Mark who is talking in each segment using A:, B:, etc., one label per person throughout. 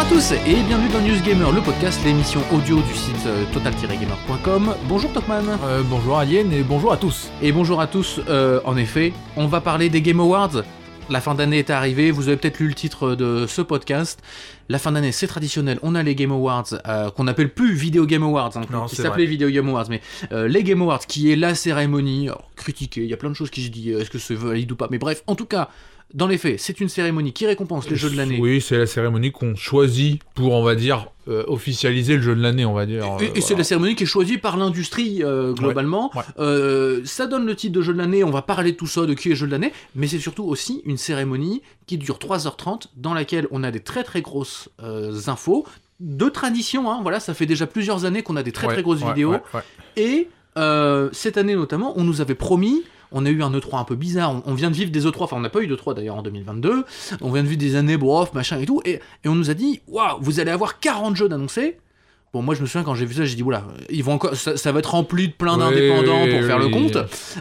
A: à tous et bienvenue dans News Gamer, le podcast, l'émission audio du site total-gamer.com. Bonjour Topman.
B: Bonjour Alien et bonjour à tous.
A: Et bonjour à tous, en effet, on va parler des Game Awards. La fin d'année est arrivée, vous avez peut-être lu le titre de ce podcast. La fin d'année, c'est traditionnel, on a les Game Awards, qu'on n'appelle plus Video Game Awards, qui s'appelait Video Game Awards, mais les Game Awards, qui est la cérémonie critiquée, il y a plein de choses qui se disent, est-ce que c'est valide ou pas, mais bref, en tout cas, dans les faits, c'est une cérémonie qui récompense les jeux de l'année.
B: Oui, c'est la cérémonie qu'on choisit pour, on va dire, officialiser le jeu de l'année, on va dire.
A: Et c'est la cérémonie qui est choisie par l'industrie, globalement.
B: Ouais.
A: Ça donne le titre de jeu de l'année, on va parler de tout ça, de qui est jeu de l'année, mais c'est surtout aussi une cérémonie qui dure 3h30, dans laquelle on a des très très grosses infos, de tradition, hein, voilà, ça fait déjà plusieurs années qu'on a des très très grosses vidéos, et cette année notamment, on nous avait promis... On a eu un E3 un peu bizarre, on vient de vivre des E3, enfin on n'a pas eu d'E3 d'ailleurs en 2022, on vient de vivre des années brof, machin et tout, et on nous a dit, waouh, vous allez avoir 40 jeux d'annoncés. Bon, moi je me souviens quand j'ai vu ça, j'ai dit, oula, ils vont encore, ça va être rempli de plein d'indépendants pour faire le compte.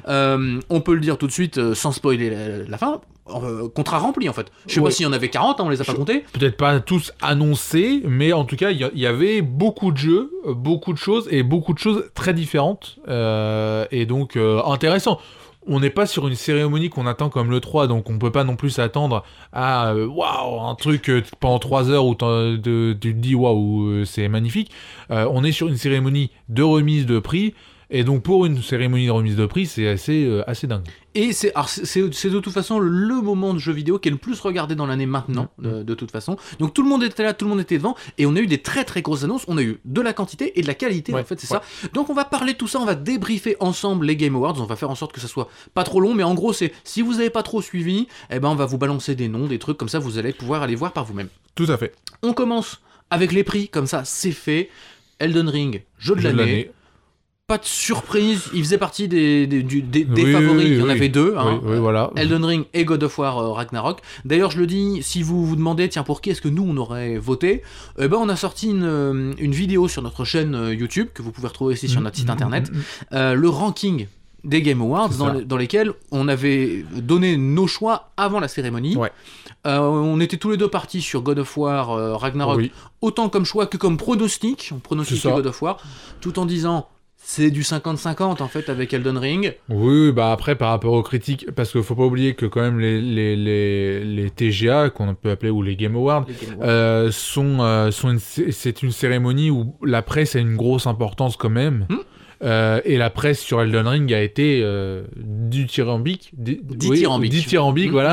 A: On peut le dire tout de suite, sans spoiler la fin, contrat rempli en fait. Je sais pas s'il y en avait 40, hein, on les a pas comptés.
B: Peut-être pas tous annoncés, mais en tout cas, il y avait beaucoup de jeux, beaucoup de choses, et beaucoup de choses très différentes, et donc intéressant. On n'est pas sur une cérémonie qu'on attend comme le 3, donc on peut pas non plus s'attendre à waouh, un truc pendant 3 heures où tu te dis waouh, c'est magnifique. On est sur une cérémonie de remise de prix, et donc pour une cérémonie de remise de prix, c'est assez dingue.
A: Et c'est de toute façon le moment de jeu vidéo qui est le plus regardé dans l'année maintenant, de toute façon. Donc tout le monde était là, tout le monde était devant, et on a eu des très très grosses annonces, on a eu de la quantité et de la qualité, en fait, c'est ça. Donc on va parler de tout ça, on va débriefer ensemble les Game Awards, on va faire en sorte que ça soit pas trop long, mais en gros c'est, si vous avez pas trop suivi, eh ben on va vous balancer des noms, des trucs comme ça, vous allez pouvoir aller voir par vous-même.
B: Tout à fait.
A: On commence avec les prix, comme ça c'est fait. Elden Ring, jeu de l'année. Pas de surprise, il faisait partie des favoris, il y en avait deux, hein,
B: voilà.
A: Elden Ring et God of War Ragnarok. D'ailleurs, je le dis, si vous vous demandez, tiens, pour qui est-ce que nous on aurait voté, eh ben on a sorti une vidéo sur notre chaîne YouTube, que vous pouvez retrouver aussi sur notre site internet, le ranking des Game Awards, dans lesquels on avait donné nos choix avant la cérémonie. On était tous les deux partis sur God of War Ragnarok, autant comme choix que comme pronostic, on pronostiquait God of War, tout en disant... C'est du 50-50 en fait avec Elden Ring. Oui,
B: bah après par rapport aux critiques, parce qu'il faut pas oublier que quand même les TGA qu'on peut appeler, ou les Game Awards, c'est une cérémonie où la presse a une grosse importance quand même. Et la presse sur Elden Ring a été dithyrambique, voilà,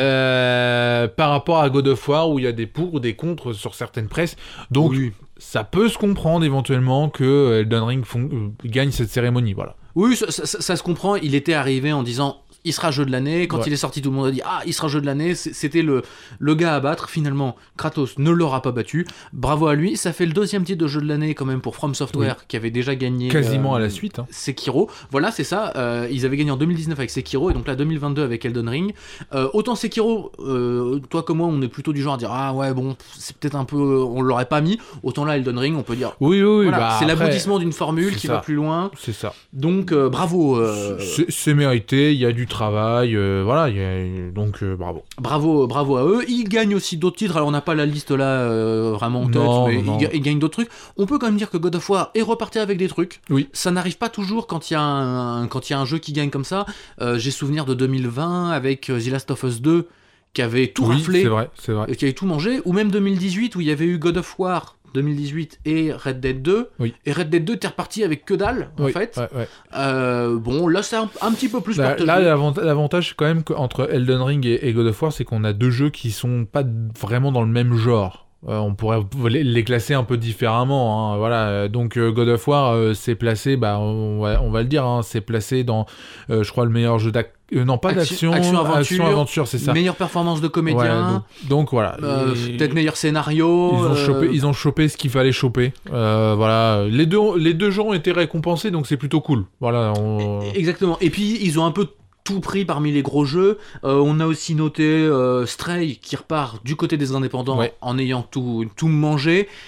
B: par rapport à God of War où il y a des pour ou des contre sur certaines presses. Donc ça peut se comprendre éventuellement que Elden Ring gagne cette cérémonie, voilà.
A: Oui, ça se comprend. Il était arrivé en disant... il sera jeu de l'année, quand il est sorti tout le monde a dit il sera jeu de l'année, c'était le gars à battre. Finalement Kratos ne l'aura pas battu, bravo à lui, ça fait le deuxième titre de jeu de l'année quand même pour From Software, qui avait déjà gagné
B: quasiment à la suite,
A: Sekiro, voilà c'est ça, ils avaient gagné en 2019 avec Sekiro et donc là 2022 avec Elden Ring. Autant Sekiro, toi comme moi on est plutôt du genre à dire ouais bon c'est peut-être un peu, on l'aurait pas mis, autant là Elden Ring on peut dire voilà, c'est l'aboutissement d'une formule qui va plus loin,
B: c'est ça,
A: donc bravo,
B: c'est mérité, il y a du travail, voilà, donc
A: bravo à eux. Ils gagnent aussi d'autres titres, alors on n'a pas la liste là vraiment en tête, mais ils gagnent d'autres trucs. On peut quand même dire que God of War est reparti avec des trucs. Ça n'arrive pas toujours quand il y a un jeu qui gagne comme ça. J'ai souvenir de 2020 avec The Last of Us 2 qui avait tout raflé,
B: c'est vrai.
A: Qui avait tout mangé, ou même 2018 où il y avait eu God of War 2018 et Red Dead 2, et Red Dead 2 t'es reparti avec que dalle en fait. Bon là c'est un petit peu plus partagé.
B: Là l'avantage quand même entre Elden Ring et God of War, c'est qu'on a deux jeux qui sont pas vraiment dans le même genre. On pourrait les classer un peu différemment, hein, voilà. Donc God of War s'est placé, on va le dire, hein, c'est placé dans je crois le meilleur jeu d'action, action-aventure, c'est ça.
A: Meilleure performance de comédien.
B: Donc voilà.
A: Peut-être meilleur scénario.
B: Ils ont chopé ce qu'il fallait choper. Voilà. Les deux jeux ont été récompensés, donc c'est plutôt cool. Voilà.
A: Exactement. Et puis ils ont un peu tout pris parmi les gros jeux. On a aussi noté Stray qui repart du côté des indépendants en ayant tout mangé.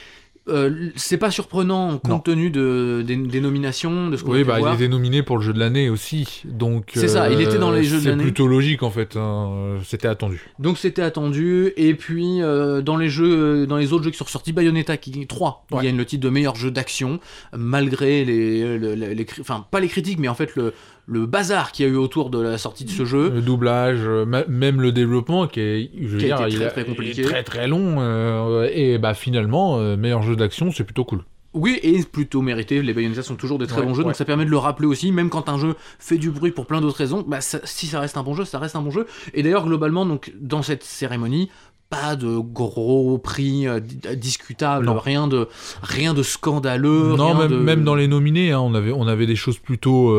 A: C'est pas surprenant compte tenu des nominations, de ce qu'on
B: Oui,
A: a pu voir.
B: il était nominé pour le jeu de l'année aussi, donc
A: c'est ça, il était dans les jeux de l'année.
B: C'est plutôt logique en fait, hein. C'était attendu.
A: Donc c'était attendu, et puis dans les autres jeux qui sont sortis, Bayonetta 3 qui gagne le titre de meilleur jeu d'action, malgré enfin pas les critiques, mais en fait le bazar qu'il y a eu autour de la sortie de ce jeu.
B: Le doublage, même le développement qui est,
A: très compliqué,
B: très très long, et finalement meilleur jeu d'action, c'est plutôt cool.
A: Oui, et plutôt mérité, les Bayonetta sont toujours des très bons jeux, donc ça permet de le rappeler aussi, même quand un jeu fait du bruit pour plein d'autres raisons, si ça reste un bon jeu, ça reste un bon jeu. Et d'ailleurs, globalement, donc, dans cette cérémonie, pas de gros prix discutables, rien de scandaleux.
B: Non, même dans les nominés, hein, on avait des choses plutôt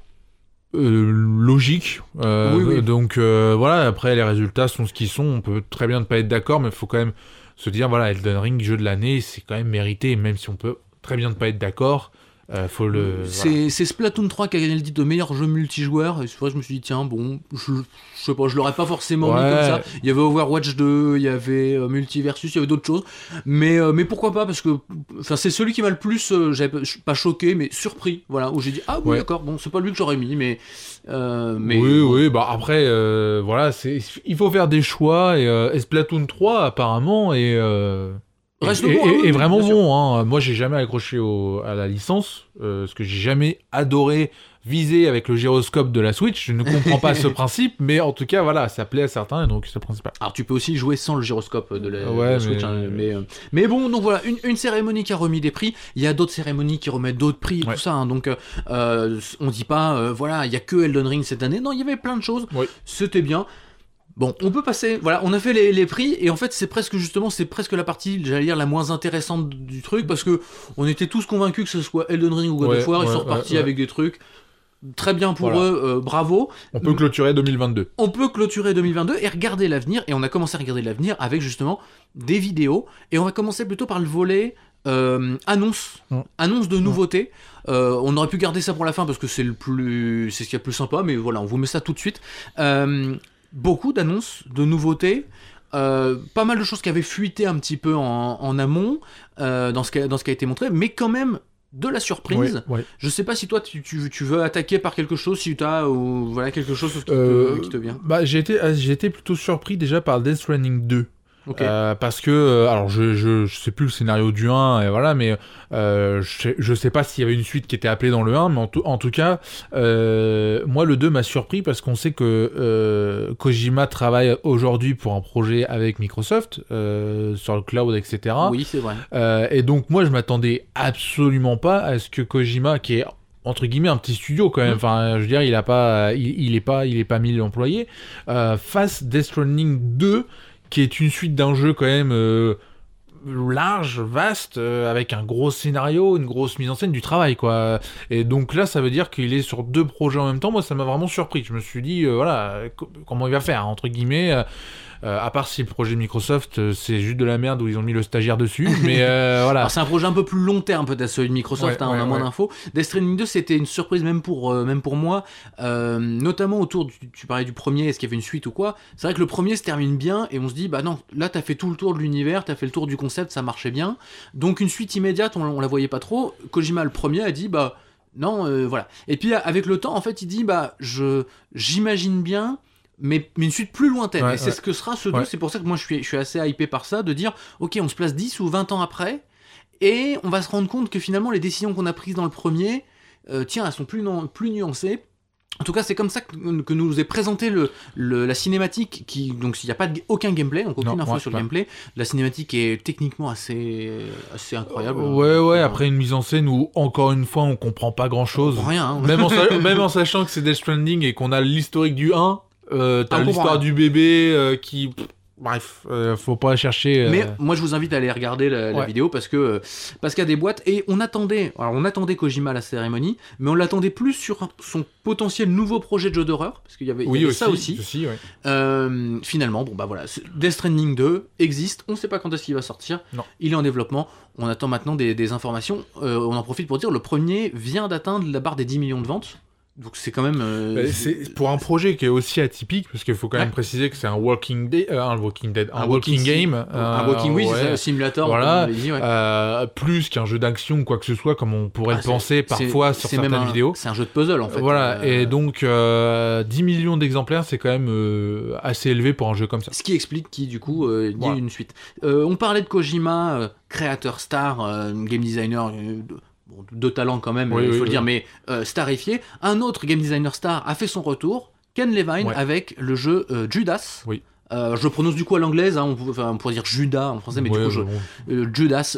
B: logiques. Oui. Donc voilà, après les résultats sont ce qu'ils sont, on peut très bien ne pas être d'accord, mais il faut quand même se dire, voilà, Elden Ring, jeu de l'année, c'est quand même mérité, même si on peut très bien ne pas être d'accord.
A: C'est Splatoon 3 qui a gagné le titre de meilleur jeu multijoueur, et c'est vrai que je me suis dit, tiens, bon, je sais pas, je l'aurais pas forcément mis comme ça. Il y avait Overwatch 2, il y avait Multiversus, il y avait d'autres choses, mais pourquoi pas, parce que c'est celui qui m'a le plus, pas choqué, mais surpris, voilà, où j'ai dit, ah oui, d'accord, bon, c'est pas lui que j'aurais mis, mais
B: oui, après, voilà, il faut faire des choix, et Splatoon 3, apparemment, est vraiment bon, hein. Moi j'ai jamais accroché à la licence, parce que j'ai jamais adoré viser avec le gyroscope de la Switch. Je ne comprends pas ce principe, mais en tout cas voilà, ça plaît à certains, et donc c'est le principal.
A: Alors tu peux aussi jouer sans le gyroscope de la Switch, mais bon, donc voilà, une cérémonie qui a remis des prix. Il y a d'autres cérémonies qui remettent d'autres prix et tout ça, hein. Donc on dit pas voilà, il y a que Elden Ring cette année. Non, il y avait plein de choses, c'était bien. Bon, on peut passer, voilà, on a fait les prix, et en fait c'est presque la partie, j'allais dire, la moins intéressante du truc, parce que on était tous convaincus que ce soit Elden Ring ou God of War, ils sont repartis avec des trucs, très bien pour eux, bravo.
B: On peut clôturer 2022.
A: On peut clôturer 2022 et regarder l'avenir, et on a commencé à regarder l'avenir avec justement des vidéos, et on va commencer plutôt par le volet annonce de nouveautés. On aurait pu garder ça pour la fin parce que c'est ce qu'il y a de plus sympa, mais voilà, on vous met ça tout de suite. Beaucoup d'annonces, de nouveautés, pas mal de choses qui avaient fuité un petit peu en amont dans ce qui a été montré, mais quand même de la surprise. Je sais pas si toi tu veux attaquer par quelque chose, si tu as quelque chose qui te vient.
B: J'ai été plutôt surpris déjà par Death Stranding 2. Okay. Parce que alors je sais plus le scénario du 1 et voilà, mais je sais pas s'il y avait une suite qui était appelée dans le 1, mais en tout cas moi le 2 m'a surpris parce qu'on sait que Kojima travaille aujourd'hui pour un projet avec Microsoft sur le cloud, etc.
A: Oui, c'est vrai.
B: Et donc moi je m'attendais absolument pas à ce que Kojima, qui est entre guillemets un petit studio quand même, enfin je veux dire il est pas 1000 employés, fasse Death Stranding 2, qui est une suite d'un jeu quand même large, vaste, avec un gros scénario, une grosse mise en scène, du travail, quoi. Et donc là, ça veut dire qu'il est sur 2 projets en même temps. Moi, ça m'a vraiment surpris. Je me suis dit, voilà, comment il va faire, entre guillemets. À part si le projet Microsoft c'est juste de la merde où ils ont mis le stagiaire dessus, mais voilà.
A: Alors c'est un projet un peu plus long terme peut-être, celui de Microsoft, on a moins d'infos. Death Stranding 2 c'était une surprise même pour moi, notamment autour tu parlais du premier, est-ce qu'il y avait une suite ou quoi. C'est vrai que le premier se termine bien et on se dit bah non, là t'as fait tout le tour de l'univers, t'as fait le tour du concept, ça marchait bien, donc une suite immédiate on la voyait pas trop. Kojima le premier a dit bah non, voilà, et puis avec le temps en fait il dit bah j'imagine bien mais une suite plus lointaine, et c'est ce que sera ce 2, c'est pour ça que moi je suis assez hypé par ça, de dire ok on se place 10 ou 20 ans après et on va se rendre compte que finalement les décisions qu'on a prises dans le premier elles sont plus nuancées. En tout cas, c'est comme ça que nous est présenté la cinématique, donc il n'y a pas aucun gameplay, donc aucune info sur le gameplay. La cinématique est techniquement assez incroyable.
B: Après une mise en scène où, encore une fois, on comprend pas grand-chose.
A: Rien. Hein.
B: Même en sachant que c'est Death Stranding et qu'on a l'historique du 1, t'as l'histoire du bébé qui... Bref, faut pas chercher.
A: Mais moi je vous invite à aller regarder la vidéo parce qu'il y a des boîtes, et on attendait Kojima à la cérémonie, mais on l'attendait plus sur son potentiel nouveau projet de jeu d'horreur, parce qu'il y avait ça aussi. Finalement, Death Stranding 2 existe, on sait pas quand est-ce qu'il va sortir. Non. Il est en développement, on attend maintenant des informations. On en profite pour dire le premier vient d'atteindre la barre des 10 millions de ventes. Donc c'est quand même...
B: c'est pour un projet qui est aussi atypique, parce qu'il faut quand même préciser que c'est un walking game,
A: un walking, oui, c'est ça, simulator.
B: Voilà, plus qu'un jeu d'action ou quoi que ce soit, comme on pourrait le penser parfois sur certaines vidéos.
A: C'est un jeu de puzzle en fait.
B: Voilà, et donc 10 millions d'exemplaires, c'est quand même assez élevé pour un jeu comme ça.
A: Ce qui explique qui du coup dit une suite. On parlait de Kojima, créateur star, game designer... de talent quand même, il faut le dire, mais starifié. Un autre game designer star a fait son retour, Ken Levine, avec le jeu Judas.
B: Oui.
A: Je le prononce du coup à l'anglaise, on pourrait dire Judas en français, mais du coup, Judas.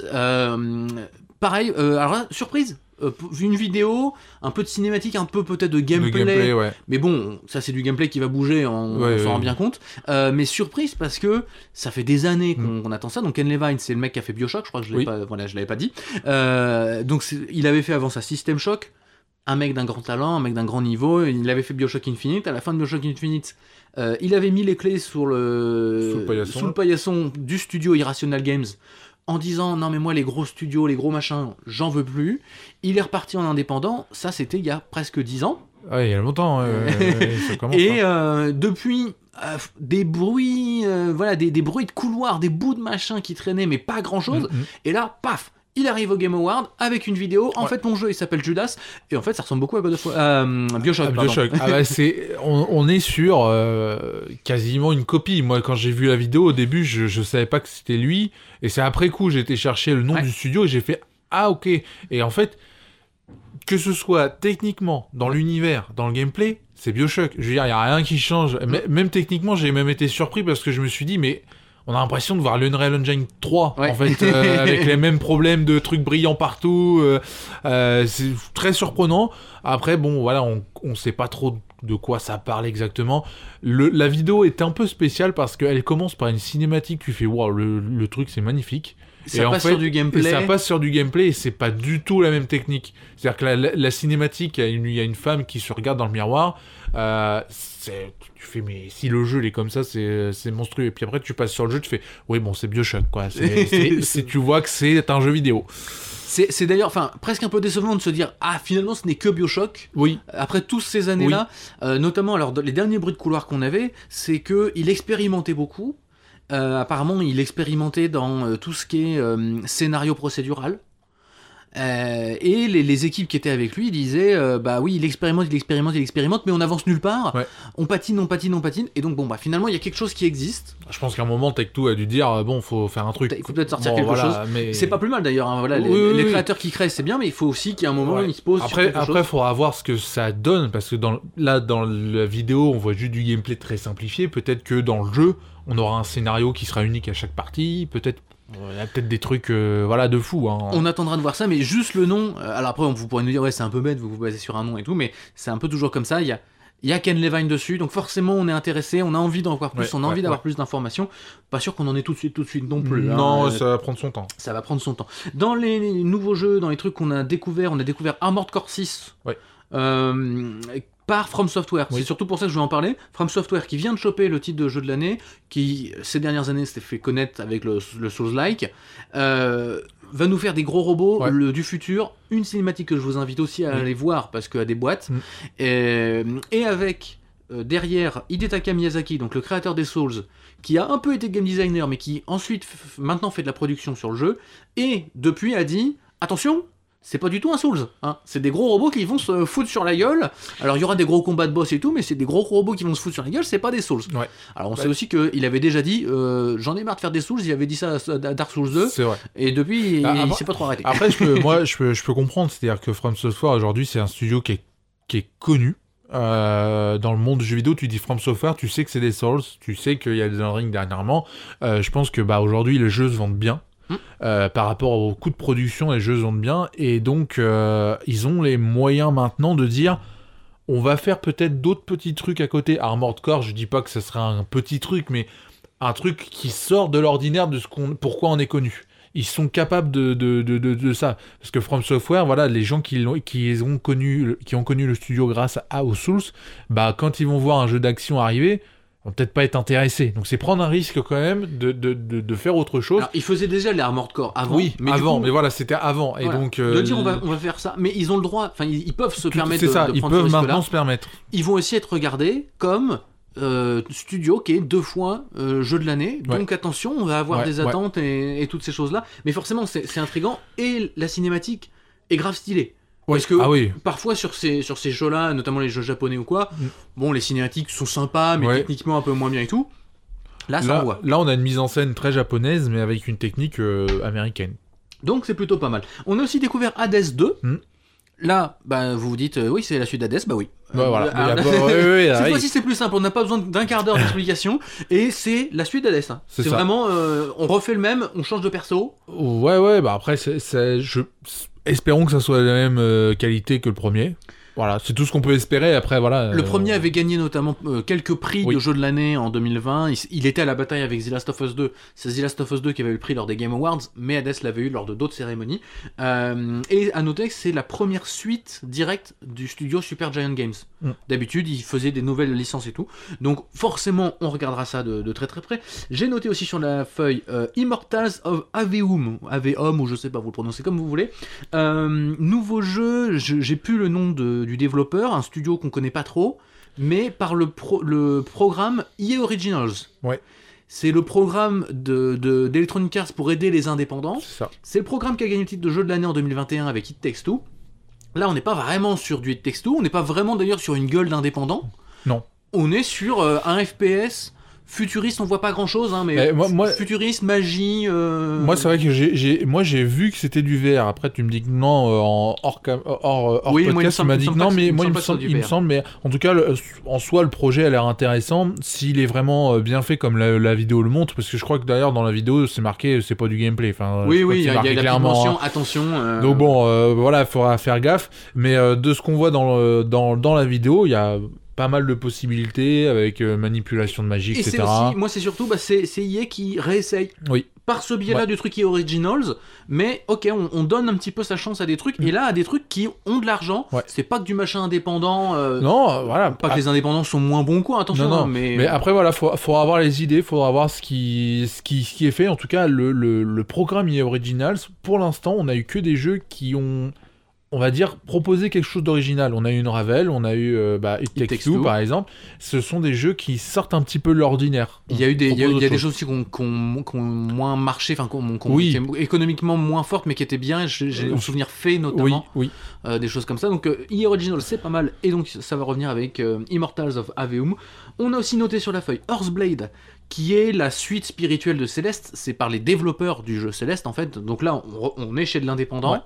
A: Pareil, alors là, surprise, une vidéo, un peu de cinématique, un peu peut-être de gameplay, mais bon, ça c'est du gameplay qui va bouger, on s'en rend bien compte, mais surprise parce que ça fait des années qu'on attend ça. Donc Ken Levine, c'est le mec qui a fait BioShock, je crois que je l'avais pas dit, donc il avait fait avant ça System Shock, un mec d'un grand talent, un mec d'un grand niveau. Il avait fait BioShock Infinite. À la fin de BioShock Infinite, il avait mis les clés sous le paillasson du studio Irrational Games, en disant non mais moi les gros studios, les gros machins, j'en veux plus. Il est reparti en indépendant, ça c'était il y a presque 10 ans.
B: Ouais, il y a longtemps. Ça commence,
A: et depuis, des bruits, des bruits de couloir, des bouts de machin qui traînaient, mais pas grand chose. Et là, paf, il arrive au Game Award avec une vidéo. En fait, mon jeu il s'appelle Judas, et en fait, ça ressemble beaucoup à BioShock.
B: BioShock. On est sur quasiment une copie. Moi, quand j'ai vu la vidéo au début, je savais pas que c'était lui, et c'est après coup j'ai été chercher le nom du studio et j'ai fait ah ok. Et en fait, que ce soit techniquement dans l'univers, dans le gameplay, c'est BioShock. Je veux dire, il y a rien qui change. Même techniquement, j'ai même été surpris parce que je me suis dit mais on a l'impression de voir l'Unreal Engine 3, en fait, avec les mêmes problèmes de trucs brillants partout. C'est très surprenant. Après, bon, voilà, on sait pas trop de quoi ça parle exactement. La vidéo est un peu spéciale parce qu'elle commence par une cinématique. Tu fais, wow, le truc, c'est magnifique.
A: Ça passe sur du gameplay.
B: Et ça passe sur du gameplay et c'est pas du tout la même technique. C'est-à-dire que la cinématique, il y a une femme qui se regarde dans le miroir. Tu fais mais si le jeu il est comme ça, c'est monstrueux. Et puis après tu passes sur le jeu, tu fais oui bon c'est BioShock quoi. Tu vois que c'est un jeu vidéo.
A: C'est d'ailleurs presque un peu décevant de se dire ah finalement ce n'est que BioShock.
B: Oui.
A: Après toutes ces années là, notamment alors les derniers bruits de couloir qu'on avait, c'est que il expérimentait beaucoup. Apparemment il expérimentait dans tout ce qui est scénario procédural. Et les équipes qui étaient avec lui disaient bah oui il expérimente mais on avance nulle part, on patine, et donc bon bah finalement il y a quelque chose qui existe.
B: Je pense qu'à un moment Take-Two a dû dire bon faut faire un truc,
A: il faut peut-être sortir quelque chose, mais... c'est pas plus mal d'ailleurs hein, voilà, les créateurs qui créent c'est bien, mais il faut aussi qu'à un moment ils se posent
B: après il faudra voir ce que ça donne, parce que dans la vidéo on voit juste du gameplay très simplifié. Peut-être que dans le jeu on aura un scénario qui sera unique à chaque partie, peut-être. Il y a peut-être des trucs de fou hein.
A: On attendra de voir ça, mais juste le nom, alors après vous pourrez nous dire ouais c'est un peu bête, vous vous basez sur un nom et tout, mais c'est un peu toujours comme ça. Il y a Ken Levine dessus, donc forcément on est intéressé, on a envie d'en voir plus, on a envie d'avoir plus d'informations. Pas sûr qu'on en ait tout de suite non plus.
B: Non, ça va prendre son temps.
A: Ça va prendre son temps. Dans les nouveaux jeux, dans les trucs qu'on a découvert, Armored Core 6. Par From Software. C'est surtout pour ça que je vais en parler. From Software qui vient de choper le titre de jeu de l'année, qui ces dernières années s'était fait connaître avec le Souls-like, va nous faire des gros robots du futur. Une cinématique que je vous invite aussi à aller voir parce qu'elle a des boîtes. Et avec derrière Hidetaka Miyazaki, donc le créateur des Souls, qui a un peu été game designer mais qui ensuite maintenant fait de la production sur le jeu, et depuis a dit attention, c'est pas du tout un Souls, hein. C'est des gros robots qui vont se foutre sur la gueule. Alors il y aura des gros combats de boss et tout, mais c'est des gros robots qui vont se foutre sur la gueule, c'est pas des Souls. Alors on sait aussi qu'il avait déjà dit j'en ai marre de faire des Souls, il avait dit ça à Dark Souls 2.
B: C'est vrai.
A: Et depuis il s'est pas trop arrêté.
B: Après je peux comprendre, c'est-à-dire que From Software aujourd'hui c'est un studio qui est connu. Dans le monde du jeu vidéo, tu dis From Software, tu sais que c'est des Souls, tu sais qu'il y a des Ring dernièrement. Je pense que aujourd'hui les jeux se vendent bien. Par rapport au coût de production, les jeux se vendent bien, et donc ils ont les moyens maintenant de dire on va faire peut-être d'autres petits trucs à côté. Armored Core, je dis pas que ce sera un petit truc, mais un truc qui sort de l'ordinaire de pourquoi on est connu. Ils sont capables de ça, parce que From Software, voilà, les gens qui ont connu le studio grâce aux Souls, bah quand ils vont voir un jeu d'action arriver, vont peut-être pas être intéressés. Donc c'est prendre un risque quand même de faire autre chose.
A: Alors, ils faisaient déjà les Armored Core avant.
B: Oui,
A: mais
B: avant,
A: coup,
B: mais voilà, c'était avant.
A: voilà,
B: Et donc,
A: de dire on va faire ça, mais ils ont le droit, enfin ils peuvent se permettre
B: c'est ça,
A: de
B: ils
A: prendre ce
B: peuvent
A: risque-là.
B: maintenant se permettre.
A: Ils vont aussi être regardés comme studio qui est 2 fois jeu de l'année. Donc attention, on va avoir des attentes et toutes ces choses-là. Mais forcément, c'est intriguant et la cinématique est grave stylée. Parce que parfois sur ces jeux-là, notamment les jeux japonais ou quoi, bon, les cinématiques sont sympas, mais techniquement un peu moins bien et tout. Là, ça envoie.
B: Là, on a une mise en scène très japonaise, mais avec une technique américaine.
A: Donc c'est plutôt pas mal. On a aussi découvert Hades 2. Là, vous vous dites, oui, c'est la suite d'Hades, bah oui.
B: Voilà.
A: Cette fois-ci, c'est plus simple, on n'a pas besoin d'un quart d'heure d'explication, et c'est la suite d'Hades. Hein. C'est vraiment, on refait le même, on change de perso.
B: Ouais, bah après, espérons que ça soit la même qualité que le premier. Voilà, c'est tout ce qu'on peut espérer. Après, voilà.
A: Le premier avait gagné notamment quelques prix de jeu de l'année en 2020. Il était à la bataille avec The Last of Us 2. C'est The Last of Us 2 qui avait eu le prix lors des Game Awards, mais Hades l'avait eu lors de d'autres cérémonies. Et à noter que c'est la première suite directe du studio Supergiant Games. D'habitude, ils faisaient des nouvelles licences et tout. Donc forcément, on regardera ça de très très près. J'ai noté aussi sur la feuille Immortals of Aveum, ou je sais pas, vous le prononcez comme vous voulez. Nouveau jeu, j'ai plus le nom du développeur, un studio qu'on connaît pas trop, mais par le programme EA Originals.
B: Ouais.
A: C'est le programme d'Electronic Arts pour aider les indépendants. C'est le programme qui a gagné le titre de jeu de l'année en 2021 avec It Takes Two. Là, on n'est pas vraiment sur du It Takes Two, on n'est pas vraiment d'ailleurs sur une gueule d'indépendant.
B: Non.
A: On est sur un FPS futuriste, on voit pas grand chose, hein, mais futuriste, magie.
B: Moi, c'est vrai que j'ai vu que c'était du VR. Après, tu me dis que non, hors podcast, tu m'as dit que non, mais moi, il me semble, mais en tout cas, en soi, le projet a l'air intéressant s'il est vraiment bien fait comme la vidéo le montre, parce que je crois que d'ailleurs, dans la vidéo, c'est marqué, c'est pas du gameplay. Enfin,
A: oui, il y a la petite mention, attention.
B: Donc bon, voilà, il faudra faire gaffe, mais de ce qu'on voit dans la vidéo, il y a pas mal de possibilités avec manipulation de magie, etc.
A: Aussi, moi, c'est surtout, c'est EA qui réessaye.
B: Oui.
A: Par ce biais-là du truc qui est Originals, mais ok, on donne un petit peu sa chance à des trucs, et là, à des trucs qui ont de l'argent. C'est pas que du machin indépendant.
B: Non, voilà.
A: Pas que les indépendants sont moins bons, quoi, attention.
B: Non. Mais après, voilà, faudra avoir les idées, faudra voir ce qui est fait. En tout cas, le programme EA Originals, pour l'instant, on a eu que des jeux qui ont, on va dire, proposer quelque chose d'original. On a eu une Ravel, on a eu It Takes Two par exemple. Ce sont des jeux qui sortent un petit peu de l'ordinaire.
A: Il y a eu des choses aussi qui ont moins marché, enfin qui étaient économiquement moins fortes, mais qui étaient bien. J'ai un souvenir fait notamment. Des choses comme ça. Donc EA Original, c'est pas mal, et donc ça va revenir avec Immortals of Aveum. On a aussi noté sur la feuille Earthblade, qui est la suite spirituelle de Céleste. C'est par les développeurs du jeu Céleste, en fait. Donc là, on est chez de l'indépendant.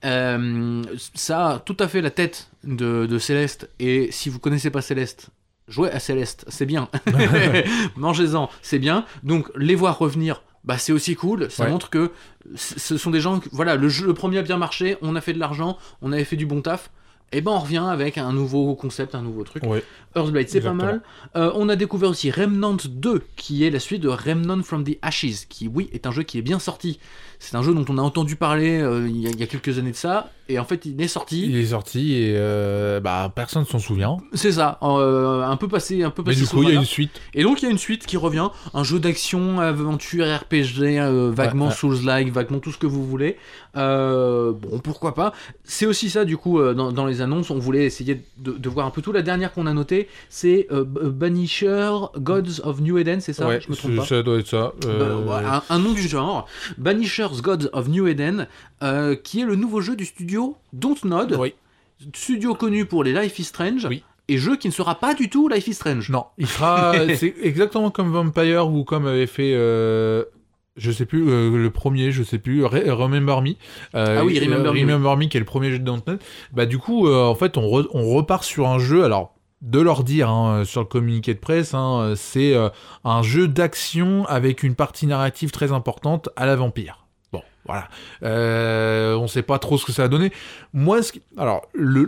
A: Ça a tout à fait la tête de Céleste, et si vous connaissez pas Céleste, jouez à Céleste, c'est bien. Mangez-en, c'est bien. Donc les voir revenir, c'est aussi cool. Ça montre que ce sont des gens... Voilà, le premier a bien marché, on a fait de l'argent, on avait fait du bon taf. Et on revient avec un nouveau concept, un nouveau truc. Earthblade, c'est pas mal. On a découvert aussi Remnant 2, qui est la suite de Remnant from the Ashes, qui, est un jeu qui est bien sorti. C'est un jeu dont on a entendu parler il y a quelques années de ça, et en fait, il est sorti. Et
B: personne ne s'en souvient.
A: C'est ça, un peu passé.
B: Mais du coup, il y a une suite.
A: Et donc, il y a une suite qui revient, un jeu d'action, aventure, RPG, vaguement Souls-like, vaguement tout ce que vous voulez. Bon, pourquoi pas. C'est aussi ça, du coup, dans les annonces, on voulait essayer de voir un peu tout. La dernière qu'on a notée, c'est Banisher, Gods of New Eden, c'est ça? Je me trompe pas.
B: Ça doit être ça.
A: Un nom du genre. Banisher's Gods of New Eden, qui est le nouveau jeu du studio Dontnod, studio connu pour les Life is Strange, et jeu qui ne sera pas du tout Life is Strange.
B: Non, il sera... c'est exactement comme Vampire, ou comme avait fait... je sais plus, le premier, je sais plus, Remember Me. Remember Me, qui est le premier jeu de Dontnod. Du coup, en fait, on repart sur un jeu, alors... De leur dire sur le communiqué de presse, c'est un jeu d'action avec une partie narrative très importante à la Vampire. Bon, voilà. On sait pas trop ce que ça a donné. Moi, alors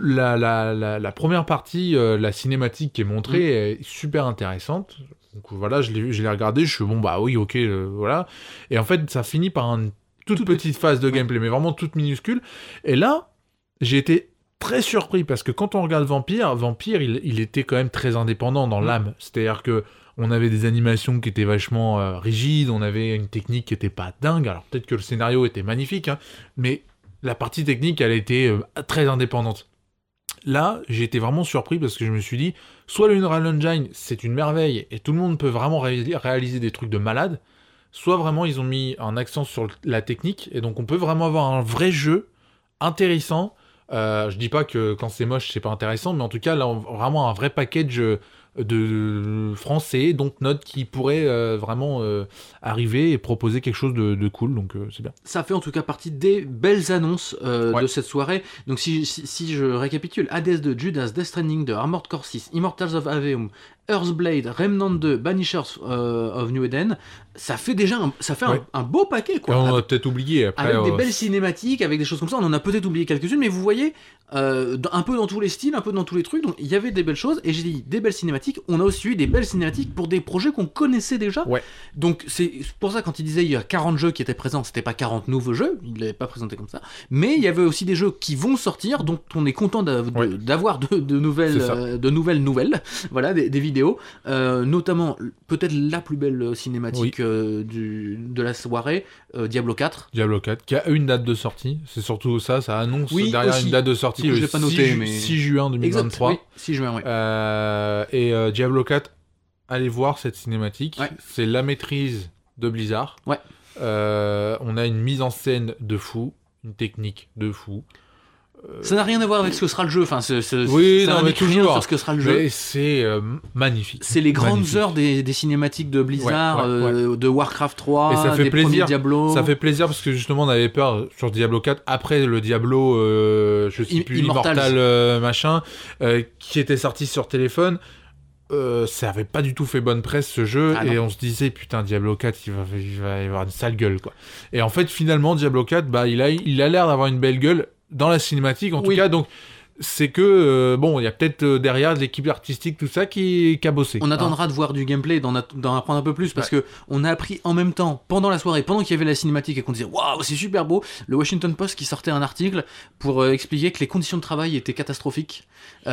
B: la première partie, la cinématique qui est montrée, est super intéressante. Donc voilà, je l'ai regardé, je suis ok, voilà. Et en fait, ça finit par une toute petite phase de gameplay, mais vraiment toute minuscule. Et là, j'ai été très surpris, parce que quand on regarde Vampire, il était quand même très indépendant dans l'âme. C'est-à-dire que On avait des animations qui étaient vachement rigides, on avait une technique qui était pas dingue. Alors peut-être que le scénario était magnifique, hein, mais la partie technique, elle était très indépendante. Là, j'ai été vraiment surpris parce que je me suis dit, soit le Unreal Engine, c'est une merveille et tout le monde peut vraiment réaliser des trucs de malade, soit vraiment ils ont mis un accent sur la technique et donc on peut vraiment avoir un vrai jeu intéressant. Je dis pas que quand c'est moche, c'est pas intéressant, mais en tout cas, là, vraiment un vrai package de français, donc note qui pourrait vraiment arriver et proposer quelque chose de cool, donc c'est bien.
A: Ça fait en tout cas partie des belles annonces de cette soirée. Donc si je récapitule, Hades 2, Judas, Death Stranding 2, Armored Core 6, Immortals of Aveum, Earthblade, Remnant 2, Banishers of New Eden, ça fait déjà un beau paquet, quoi.
B: On a peut-être oublié après.
A: Avec des belles cinématiques, avec des choses comme ça, on en a peut-être oublié quelques-unes, mais vous voyez, un peu dans tous les styles, un peu dans tous les trucs, donc il y avait des belles choses, et j'ai dit des belles cinématiques, on a aussi eu des belles cinématiques pour des projets qu'on connaissait déjà.
B: Ouais.
A: Donc c'est pour ça, quand il disait il y a 40 jeux qui étaient présents, c'était pas 40 nouveaux jeux, il l'avait pas présenté comme ça, mais il y avait aussi des jeux qui vont sortir, donc on est content d'avoir de nouvelles, voilà, des vidéos, notamment peut-être la plus belle cinématique de la soirée, Diablo 4.
B: Diablo 4, qui a une date de sortie, c'est surtout ça annonce derrière
A: aussi.
B: Une date de sortie,
A: je l'ai pas noté,
B: 6 juin 2023.
A: Exact, 6 juin, oui.
B: Et Diablo 4, allez voir cette cinématique, c'est la maîtrise de Blizzard.
A: Ouais.
B: On a une mise en scène de fou, une technique de fou.
A: Ça n'a rien à voir avec ce que sera le jeu, enfin, ça
B: mais toujours
A: sur ce que sera le jeu.
B: Mais c'est magnifique.
A: C'est les grandes heures des cinématiques de Blizzard, de Warcraft 3,
B: et ça fait
A: des
B: plaisir.
A: premiers Diablo.
B: Ça fait plaisir parce que justement on avait peur sur Diablo 4, après le Diablo, je sais plus, Immortal machin, qui était sorti sur téléphone. Ça avait pas du tout fait bonne presse ce jeu, et on se disait putain, Diablo 4 il va y avoir une sale gueule, quoi. Et en fait finalement Diablo 4 il a l'air d'avoir une belle gueule dans la cinématique en tout cas, donc c'est que il y a peut-être derrière de l'équipe artistique tout ça qui a bossé.
A: On attendra de voir du gameplay, d'en apprendre un peu plus, parce que on a appris en même temps, pendant la soirée, pendant qu'il y avait la cinématique et qu'on disait waouh, c'est super beau, le Washington Post qui sortait un article pour expliquer que les conditions de travail étaient catastrophiques.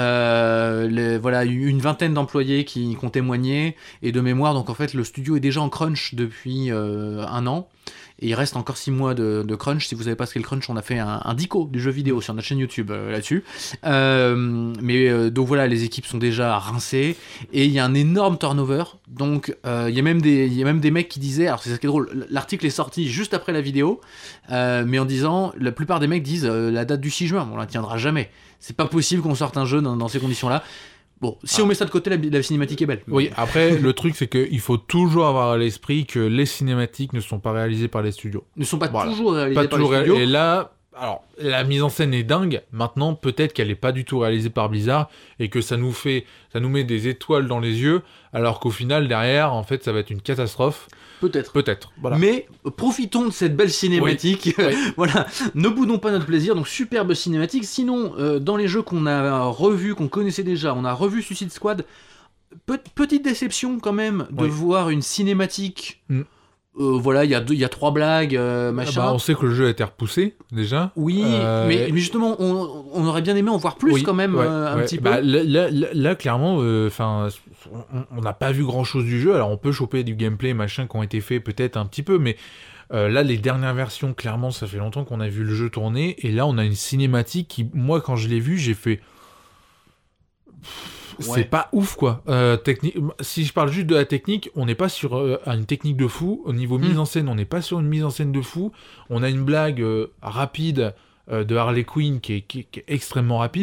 A: Une vingtaine d'employés qui ont témoigné, et de mémoire, donc en fait le studio est déjà en crunch depuis 1 an. Et il reste encore 6 mois de crunch. Si vous savez pas ce qu'est le crunch, on a fait un dico du jeu vidéo sur notre chaîne YouTube là-dessus. Donc voilà, les équipes sont déjà rincées et il y a un énorme turnover. Donc il y a même des mecs qui disaient, alors c'est ça qui est drôle, l'article est sorti juste après la vidéo, mais en disant, la plupart des mecs disent la date du 6 juin, on la tiendra jamais. C'est pas possible qu'on sorte un jeu dans ces conditions-là. Bon, si on met ça de côté, la cinématique est belle.
B: Oui, après, le truc, c'est qu'il faut toujours avoir à l'esprit que les cinématiques ne sont pas réalisées par les studios.
A: Ne sont pas toujours réalisées par les studios.
B: Et là, alors, la mise en scène est dingue. Maintenant, peut-être qu'elle n'est pas du tout réalisée par Blizzard et que ça nous met des étoiles dans les yeux, alors qu'au final, derrière, en fait, ça va être une catastrophe. Peut-être. Voilà.
A: Mais profitons de cette belle cinématique. Oui. Voilà, ne boudons pas notre plaisir. Donc superbe cinématique. Sinon, dans les jeux qu'on a revus, qu'on connaissait déjà, on a revu Suicide Squad. Petite déception quand même de voir une cinématique. Il y a 3 blagues, machin.
B: On sait que le jeu a été repoussé déjà.
A: Oui, mais justement, on aurait bien aimé en voir plus quand même, un petit peu.
B: Là, clairement, on n'a pas vu grand chose du jeu. Alors on peut choper du gameplay, machin, qui ont été faits peut-être un petit peu, mais là, les dernières versions, clairement, ça fait longtemps qu'on a vu le jeu tourner, et là, on a une cinématique qui, moi, quand je l'ai vue, j'ai fait. C'est pas ouf, quoi. Si je parle juste de la technique, on n'est pas sur une technique de fou. Au niveau mise en scène, on n'est pas sur une mise en scène de fou. On a une blague rapide de Harley Quinn qui est extrêmement rapide.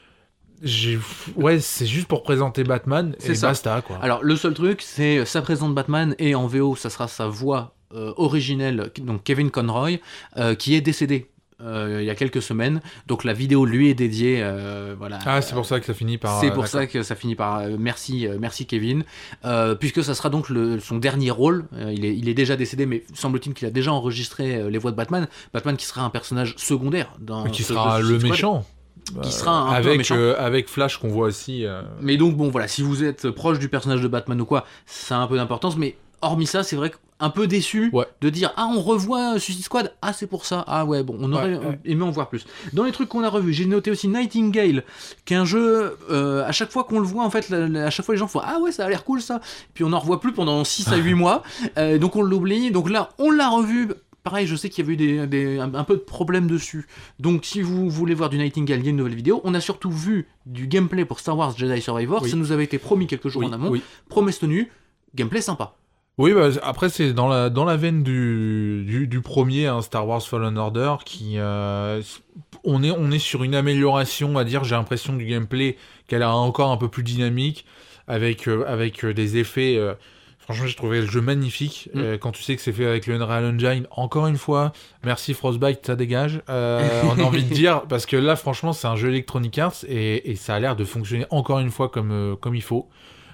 B: C'est juste pour présenter Batman, et basta, quoi.
A: Alors, le seul truc, c'est ça présente Batman, et en VO, ça sera sa voix originelle, donc Kevin Conroy, qui est décédé. Il y a quelques semaines, donc la vidéo lui est dédiée, voilà.
B: Ah, c'est pour ça que ça finit par.
A: C'est pour ça que ça finit par merci Kevin, puisque ça sera donc son dernier rôle. Il est déjà décédé, mais semble-t-il qu'il a déjà enregistré les voix de Batman qui sera un personnage secondaire
B: qui sera le méchant.
A: Qui sera un peu méchant.
B: Avec Flash qu'on voit aussi.
A: Mais donc bon, voilà, si vous êtes proche du personnage de Batman ou quoi, ça a un peu d'importance, mais hormis ça, c'est vrai un peu déçu
B: Ouais.
A: de dire ah on revoit Suicide Squad, ah c'est pour ça, ah ouais bon on aurait aimé en voir plus. Dans les trucs qu'on a revus, j'ai noté aussi Nightingale, qui est un jeu à chaque fois qu'on le voit en fait, à chaque fois les gens font ah ouais ça a l'air cool ça, puis on n'en revoit plus pendant 6 à 8 mois, donc on l'oublie, donc là on l'a revu. Pareil, je sais qu'il y avait eu un peu de problèmes dessus. Donc, si vous voulez voir du Nightingale, il y a une nouvelle vidéo. On a surtout vu du gameplay pour Star Wars Jedi Survivor.
B: Oui.
A: Ça nous avait été promis quelques jours en amont. Oui. Promesse tenue, gameplay sympa.
B: Oui, bah, après, c'est dans la veine du premier, hein, Star Wars Fallen Order, qui... on est sur une amélioration, on va dire. J'ai l'impression du gameplay qu'elle a encore un peu plus dynamique, avec des effets... Franchement, j'ai trouvé le jeu magnifique. Quand tu sais que c'est fait avec le Unreal Engine, encore une fois, merci Frostbite, ça dégage. On a envie de dire, parce que là, franchement, c'est un jeu Electronic Arts et ça a l'air de fonctionner encore une fois comme il faut.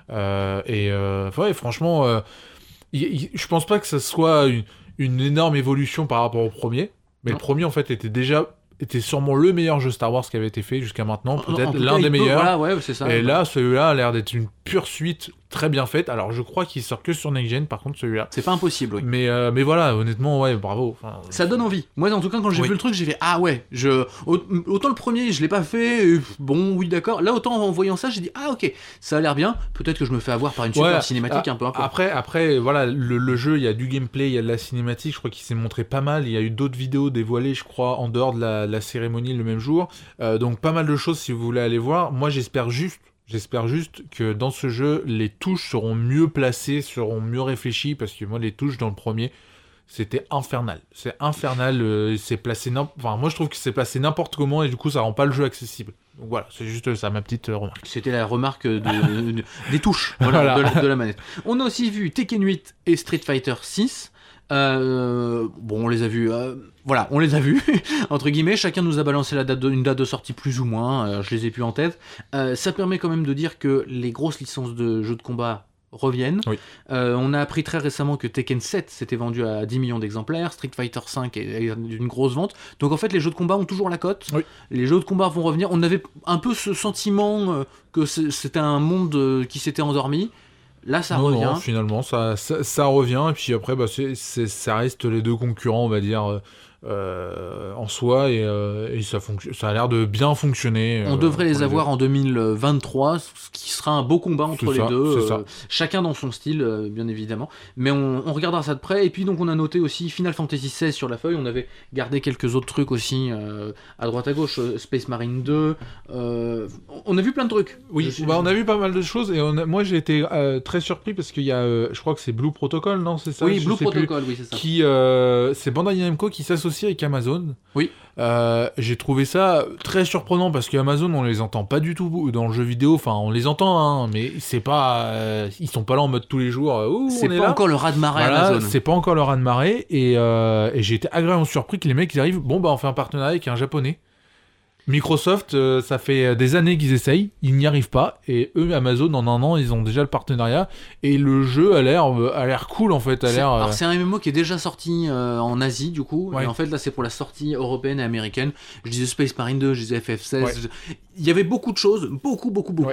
B: Ouais, franchement, je pense pas que ça soit une énorme évolution par rapport au premier. Mais le premier, en fait, était sûrement le meilleur jeu Star Wars qui avait été fait jusqu'à maintenant, peut-être l'un des meilleurs.
A: Voilà, ouais, c'est ça.
B: Et là, celui-là a l'air d'être une pure suite très bien faite. Alors, je crois qu'il sort que sur Next Gen, par contre, celui-là.
A: C'est pas impossible, oui.
B: Mais voilà, honnêtement, ouais, bravo. Enfin,
A: ça donne envie. Moi, en tout cas, quand j'ai vu le truc, j'ai fait ah ouais. Autant le premier, je l'ai pas fait. Bon, oui, d'accord. Là, autant en voyant ça, j'ai dit ah ok, ça a l'air bien. Peut-être que je me fais avoir par une super cinématique un peu.
B: Après, voilà, le jeu, il y a du gameplay, il y a de la cinématique. Je crois qu'il s'est montré pas mal. Il y a eu d'autres vidéos dévoilées, je crois, en dehors de la cérémonie le même jour. Donc, pas mal de choses si vous voulez aller voir. Moi, j'espère juste que dans ce jeu, les touches seront mieux placées, seront mieux réfléchies, parce que moi, les touches dans le premier, c'était infernal. C'est infernal, c'est placé enfin, moi, je trouve que c'est placé n'importe comment, et du coup, ça rend pas le jeu accessible. Donc voilà, c'est juste ça, ma petite remarque.
A: C'était la remarque des touches voilà. de la manette. On a aussi vu Tekken 8 et Street Fighter 6. On les a vus. Voilà, on les a vus, entre guillemets. Chacun nous a balancé une date de sortie plus ou moins. Je les ai plus en tête. Ça permet quand même de dire que les grosses licences de jeux de combat reviennent. Oui. On a appris très récemment que Tekken 7 s'était vendu à 10 millions d'exemplaires. Street Fighter 5 est d'une grosse vente. Donc en fait, les jeux de combat ont toujours la cote. Oui. Les jeux de combat vont revenir. On avait un peu ce sentiment que c'était un monde qui s'était endormi. Là, ça revient.
B: Non, finalement, ça revient. Et puis après, ça reste les deux concurrents, on va dire, en soi. Et ça a l'air de bien fonctionner.
A: On devrait les avoir en 2023, ce qui sera un beau combat entre les deux. Chacun dans son style, bien évidemment. Mais on regardera ça de près. Et puis, donc, on a noté aussi Final Fantasy XVI sur la feuille. On avait gardé quelques autres trucs aussi à droite à gauche. Space Marine 2. On a vu plein de trucs.
B: Oui, on a vu pas mal de choses. Et moi, j'ai été très surpris parce qu'il y a, je crois que c'est Blue Protocol, non, c'est ça?
A: Oui, Blue Protocol, oui, c'est ça.
B: C'est Bandai Namco qui s'associe avec Amazon.
A: Oui.
B: J'ai trouvé ça très surprenant parce qu'Amazon, on les entend pas du tout dans le jeu vidéo. Enfin, on les entend, hein, mais c'est pas, ils sont pas là en mode tous les jours.
A: C'est pas encore le raz-de-marée Amazon.
B: C'est pas encore le raz-de-marée. Et j'ai été agréablement surpris que les mecs ils arrivent. Bon, on fait un partenariat avec un japonais. Microsoft, ça fait des années qu'ils essayent, ils n'y arrivent pas, et eux, Amazon, en un an, ils ont déjà le partenariat, et le jeu a l'air cool, en fait.
A: Alors, c'est un MMO qui est déjà sorti en Asie, du coup, et en fait, là, c'est pour la sortie européenne et américaine. Je disais Space Marine 2, je disais FF16, il y avait beaucoup de choses, beaucoup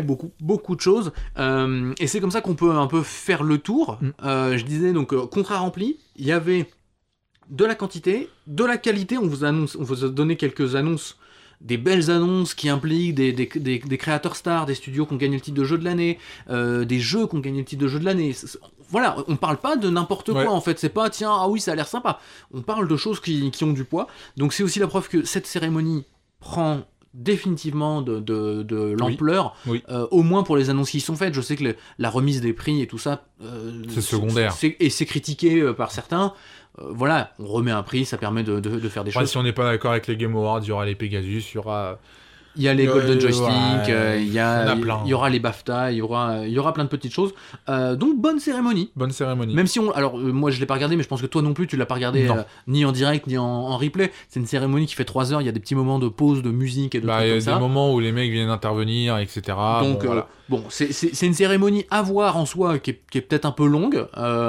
A: de choses, et c'est comme ça qu'on peut un peu faire le tour. Je disais, donc, contrat rempli, il y avait de la quantité, de la qualité, on vous a donné quelques annonces, des belles annonces qui impliquent des créateurs stars, des studios qui ont gagné le titre de jeu de l'année, des jeux qui ont gagné le titre de jeu de l'année. Voilà, on parle pas de n'importe quoi en fait, c'est pas tiens, ah oui ça a l'air sympa. On parle de choses qui ont du poids. Donc c'est aussi la preuve que cette cérémonie prend définitivement de l'ampleur, au moins pour les annonces qui sont faites. Je sais que la remise des prix et tout ça,
B: c'est secondaire.
A: C'est critiqué par certains. Voilà, on remet un prix, ça permet de faire des choses.
B: Si on n'est pas d'accord avec les Game Awards, il y aura les Pegasus, il y aura...
A: Il y a les Golden Joystick, il y aura les BAFTA, il y aura plein de petites choses. Donc bonne cérémonie.
B: Bonne cérémonie.
A: Même si alors moi je l'ai pas regardé, mais je pense que toi non plus tu l'as pas regardé ni en direct ni en replay. C'est une cérémonie qui fait 3 heures. Il y a des petits moments de pause, de musique et de trucs comme ça. Il y a des
B: moments où les mecs viennent intervenir, etc.
A: Donc c'est une cérémonie à voir en soi qui est peut-être un peu longue.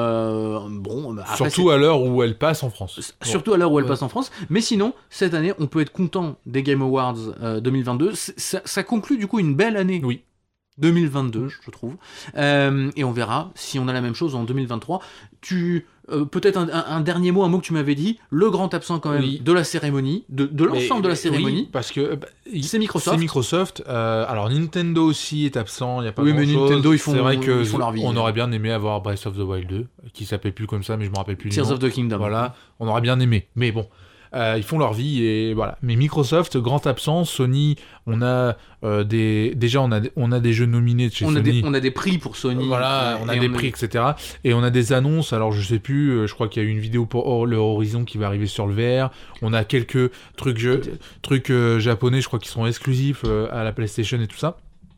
B: Surtout à l'heure où elle passe en France.
A: Surtout à l'heure où elle passe en France. Mais sinon cette année on peut être content des Game Awards 2022. Ça conclut du coup une belle année 2022, je trouve. Et on verra si on a la même chose en 2023. Peut-être un dernier mot, un mot que tu m'avais dit, le grand absent quand même de la cérémonie, de l'ensemble de la cérémonie.
B: Oui, parce que
A: c'est Microsoft.
B: C'est Microsoft. Alors Nintendo aussi est absent, il n'y a pas grand-chose.
A: Mais Nintendo,
B: c'est vrai que
A: ils font leur vie.
B: On aurait bien aimé avoir Breath of the Wild 2, qui s'appelait plus comme ça, mais je me rappelle plus.
A: Tears of the Kingdom.
B: Voilà, on aurait bien aimé. Mais bon. Ils font leur vie et voilà. Mais Microsoft, grand absent. Sony, on a déjà on a des jeux nominés de chez Sony.
A: On a des prix pour Sony.
B: Voilà, on a des prix, etc. Et on a des annonces. Alors je sais plus. Je crois qu'il y a une vidéo pour le Horizon qui va arriver sur le VR. On a quelques trucs japonais, je crois, qui sont exclusifs à la PlayStation et tout ça.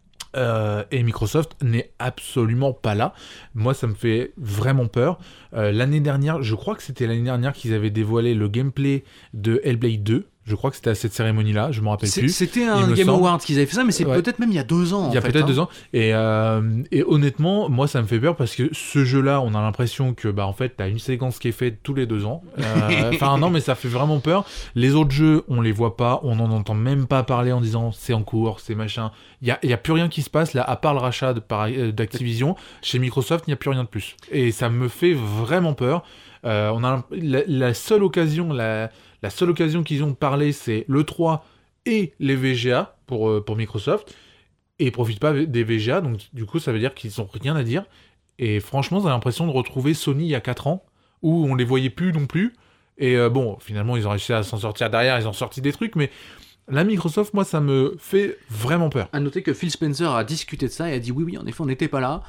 B: Et Microsoft n'est absolument pas là. Moi, ça me fait vraiment peur. L'année dernière, je crois que c'était l'année dernière qu'ils avaient dévoilé le gameplay de Hellblade 2. Je crois que c'était à cette cérémonie-là, je me rappelle plus.
A: C'était un Game Awards qu'ils avaient fait ça, mais c'est peut-être même il y a 2 ans.
B: Il y a peut-être 2 ans. Et honnêtement, moi, ça me fait peur parce que ce jeu-là, on a l'impression que, en fait, t'as une séquence qui est faite tous les 2 ans. Enfin, non, mais ça fait vraiment peur. Les autres jeux, on les voit pas, on n'en entend même pas parler en disant c'est en cours, c'est machin. Il y a plus rien qui se passe là, à part le rachat d'Activision. Chez Microsoft, il n'y a plus rien de plus. Et ça me fait vraiment peur. On a la seule occasion, la seule occasion qu'ils ont de parler, c'est l'E3 et les VGA pour Microsoft. Et ils profitent pas des VGA, donc du coup, ça veut dire qu'ils n'ont rien à dire. Et franchement, j'ai l'impression de retrouver Sony il y a 4 ans, où on les voyait plus non plus. Et finalement, ils ont réussi à s'en sortir derrière, ils ont sorti des trucs, mais... La Microsoft, moi, ça me fait vraiment peur.
A: À noter que Phil Spencer a discuté de ça et a dit oui, en effet, on n'était pas là.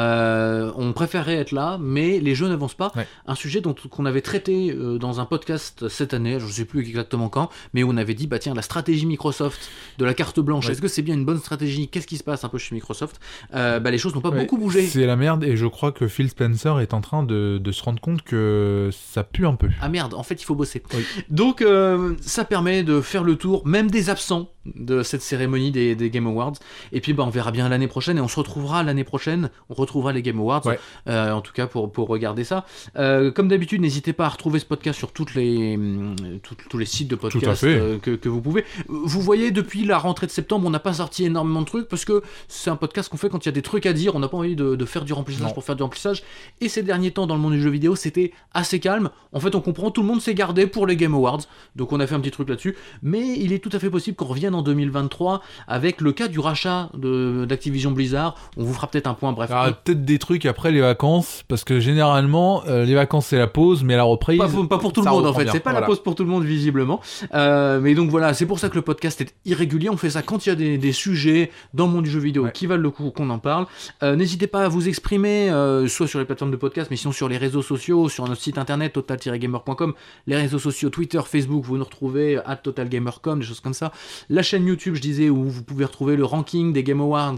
A: On préférait être là, mais les jeux n'avancent pas. Ouais. Un sujet qu'on avait traité dans un podcast cette année, je ne sais plus exactement quand, mais où on avait dit, tiens, la stratégie Microsoft de la carte blanche, est-ce que c'est bien une bonne stratégie ? Qu'est-ce qui se passe un peu chez Microsoft ? Les choses n'ont pas beaucoup bougé.
B: C'est la merde, et je crois que Phil Spencer est en train de se rendre compte que ça pue un peu.
A: Ah merde, en fait, il faut bosser.
B: Oui.
A: Donc, ça permet de faire le tour, même des absents de cette cérémonie des Game Awards, et puis on verra bien l'année prochaine, et on se retrouvera l'année prochaine, on retrouvera les Game Awards, en tout cas pour regarder ça. Comme d'habitude, n'hésitez pas à retrouver ce podcast sur tous les sites de podcast que vous pouvez. Vous voyez, depuis la rentrée de septembre, on n'a pas sorti énormément de trucs, parce que c'est un podcast qu'on fait quand il y a des trucs à dire, on n'a pas envie de faire du remplissage pour faire du remplissage, et ces derniers temps, dans le monde du jeu vidéo, c'était assez calme. En fait, on comprend, tout le monde s'est gardé pour les Game Awards, donc on a fait un petit truc là-dessus, mais il est tout à fait possible qu'on revienne en 2023 avec le cas du rachat d'Activision Blizzard. On vous fera peut-être un point, bref.
B: Alors, peut-être des trucs après les vacances, parce que généralement, les vacances c'est la pause, mais la reprise...
A: Pas pour tout le monde en fait, c'est pas la pause pour tout le monde visiblement. Mais donc voilà, c'est pour ça que le podcast est irrégulier, on fait ça quand il y a des sujets dans le monde du jeu vidéo qui valent le coup qu'on en parle. N'hésitez pas à vous exprimer, soit sur les plateformes de podcast, mais sinon sur les réseaux sociaux, sur notre site internet total-gamer.com, les réseaux sociaux Twitter, Facebook, vous nous retrouvez @totalgamer.com, des choses comme ça. La chaîne YouTube, je disais, où vous pouvez retrouver le ranking des Game Awards,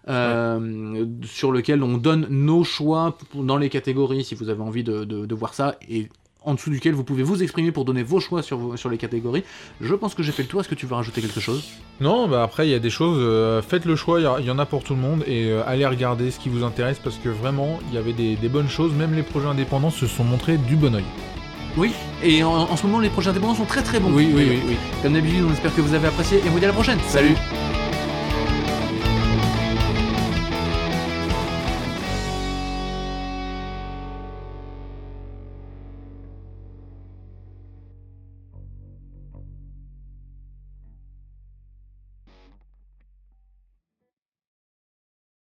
A: sur lequel on donne nos choix dans les catégories, si vous avez envie de voir ça, et en dessous duquel vous pouvez vous exprimer pour donner vos choix sur les catégories. Je pense que j'ai fait le tour. Est-ce que tu veux rajouter quelque chose ?
B: Non, après il y a des choses, faites le choix, il y en a pour tout le monde, et allez regarder ce qui vous intéresse, parce que vraiment il y avait des bonnes choses, même les projets indépendants se sont montrés du bon oeil.
A: Oui, et en ce moment les projets indépendants sont très très bons.
B: Oui.
A: Comme d'habitude, on espère que vous avez apprécié, et on vous dit à la prochaine.
B: Salut.